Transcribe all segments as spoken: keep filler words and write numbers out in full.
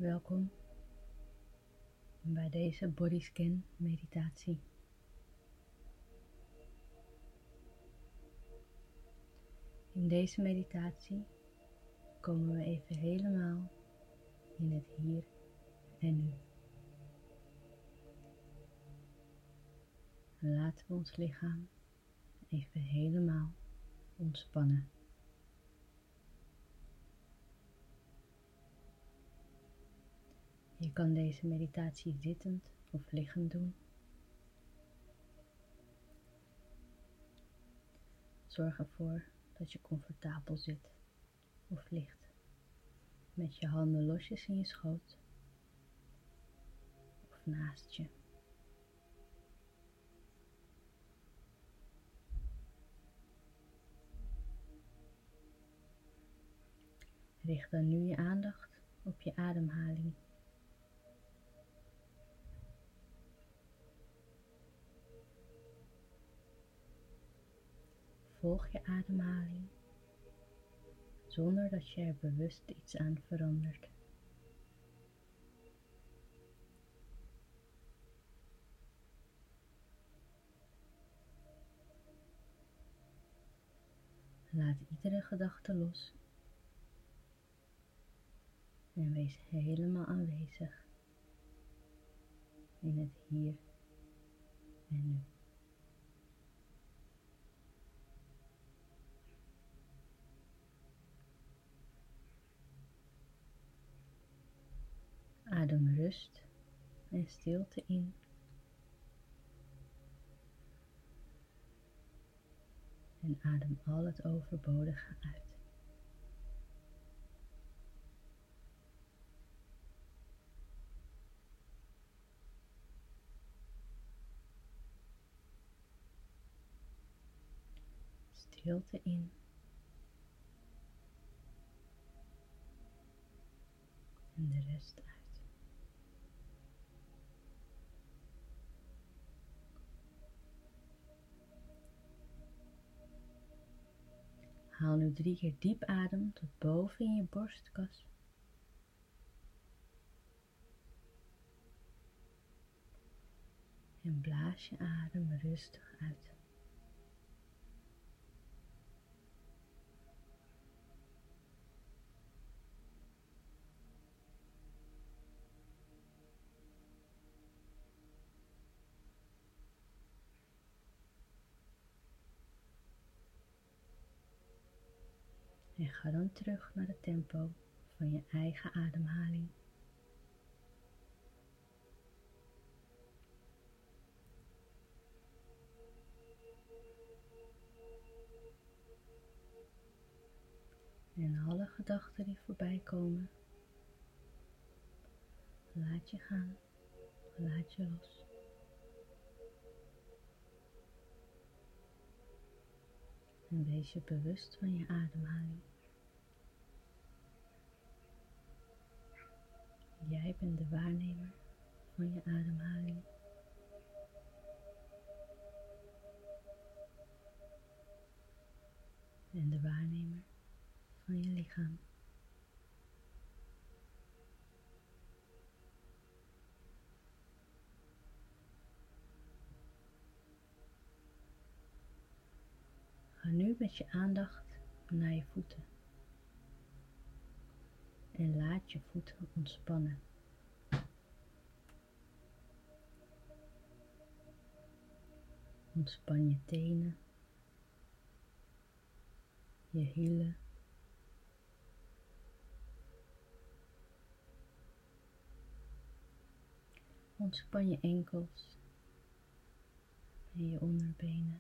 Welkom bij deze bodyscan meditatie. In deze meditatie komen we even helemaal in het hier en nu. En laten we ons lichaam even helemaal ontspannen. Je kan deze meditatie zittend of liggend doen. Zorg ervoor dat je comfortabel zit of ligt, met je handen losjes in je schoot of naast je. Richt dan nu je aandacht op je ademhaling. Volg je ademhaling zonder dat je er bewust iets aan verandert. Laat iedere gedachte los en wees helemaal aanwezig in het hier en nu. Adem rust en stilte in. En adem al het overbodige uit. Stilte in. En de rest uit. Haal nu drie keer diep adem tot boven in je borstkas. En blaas je adem rustig uit. En ga dan terug naar het tempo van je eigen ademhaling. En alle gedachten die voorbij komen, laat je gaan, laat je los. En wees je bewust van je ademhaling. Jij bent de waarnemer van je ademhaling. En de waarnemer van je lichaam. Ga nu met je aandacht naar je voeten. En laat je voeten ontspannen. Ontspan je tenen, je hielen, ontspan je enkels en je onderbenen.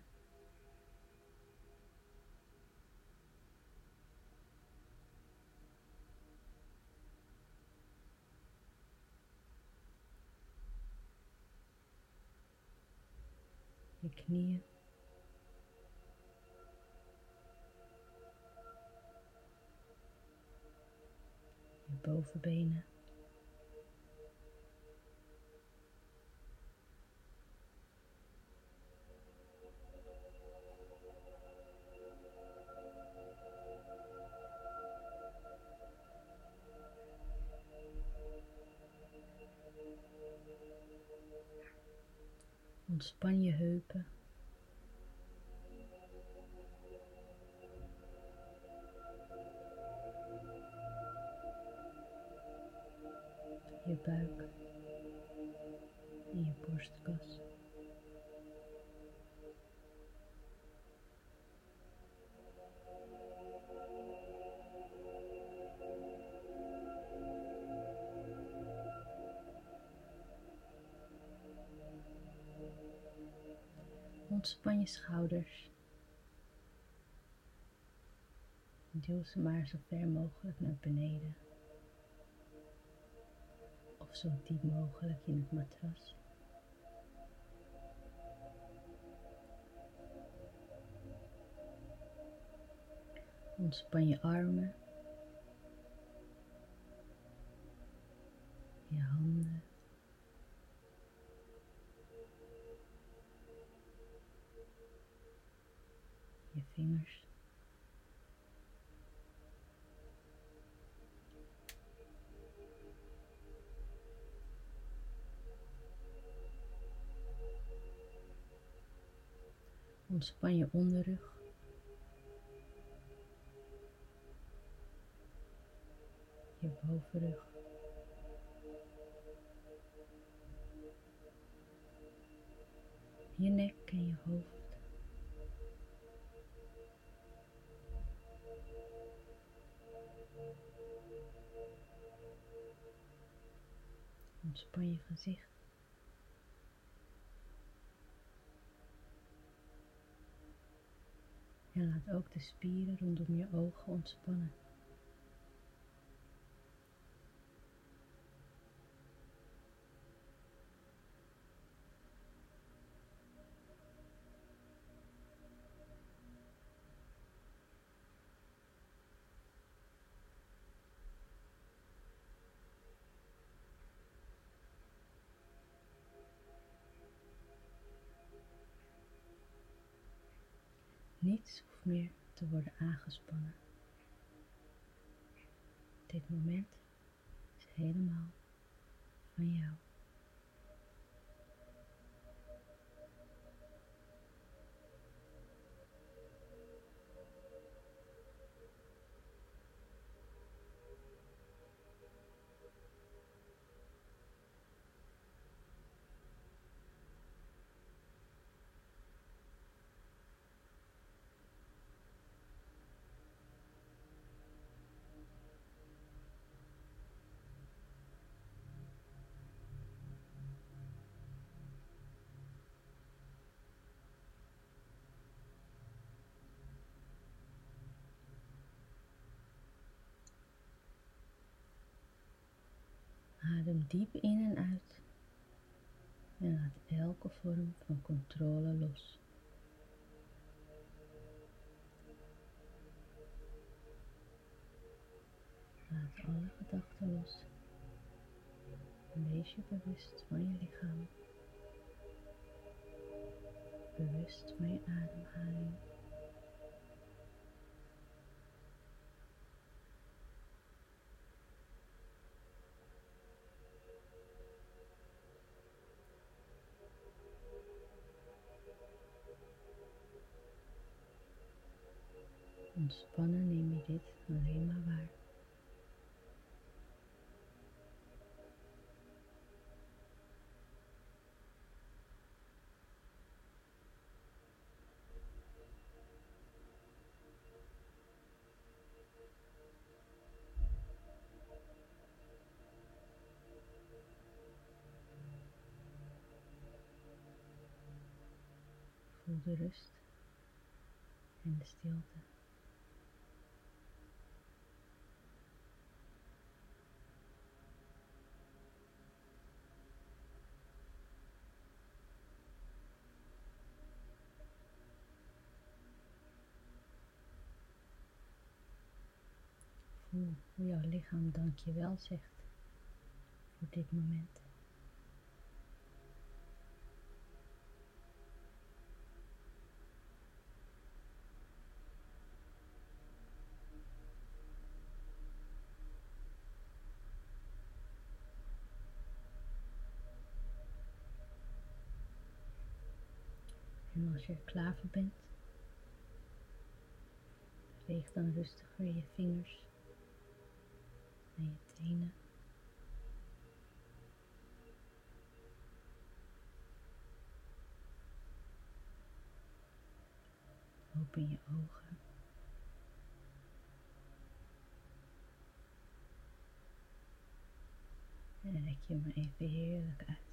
Je knieën. Je bovenbenen. Ontspan je heupen. Je buik en je borstkas. Ontspan je schouders. Duw ze maar zo ver mogelijk naar beneden. Of zo diep mogelijk in het matras. Ontspan je armen. Je handen. Je vingers. Ontspan je onderrug. Je bovenrug. Je nek en je hoofd. Ontspan je gezicht. En laat ook de spieren rondom je ogen ontspannen. Niets hoeft meer te worden aangespannen. Dit moment is helemaal van jou. Adem diep in en uit en laat elke vorm van controle los. Laat alle gedachten los en wees je bewust van je lichaam, bewust van je ademhaling. Ontspannen neem je dit alleen maar waar. Voel de rust en de stilte. Voel hoe jouw lichaam dankjewel zegt voor dit moment. En als je er klaar voor bent, beweeg dan rustig weer je vingers en je tenen. Open je ogen. En rek je me even heerlijk uit.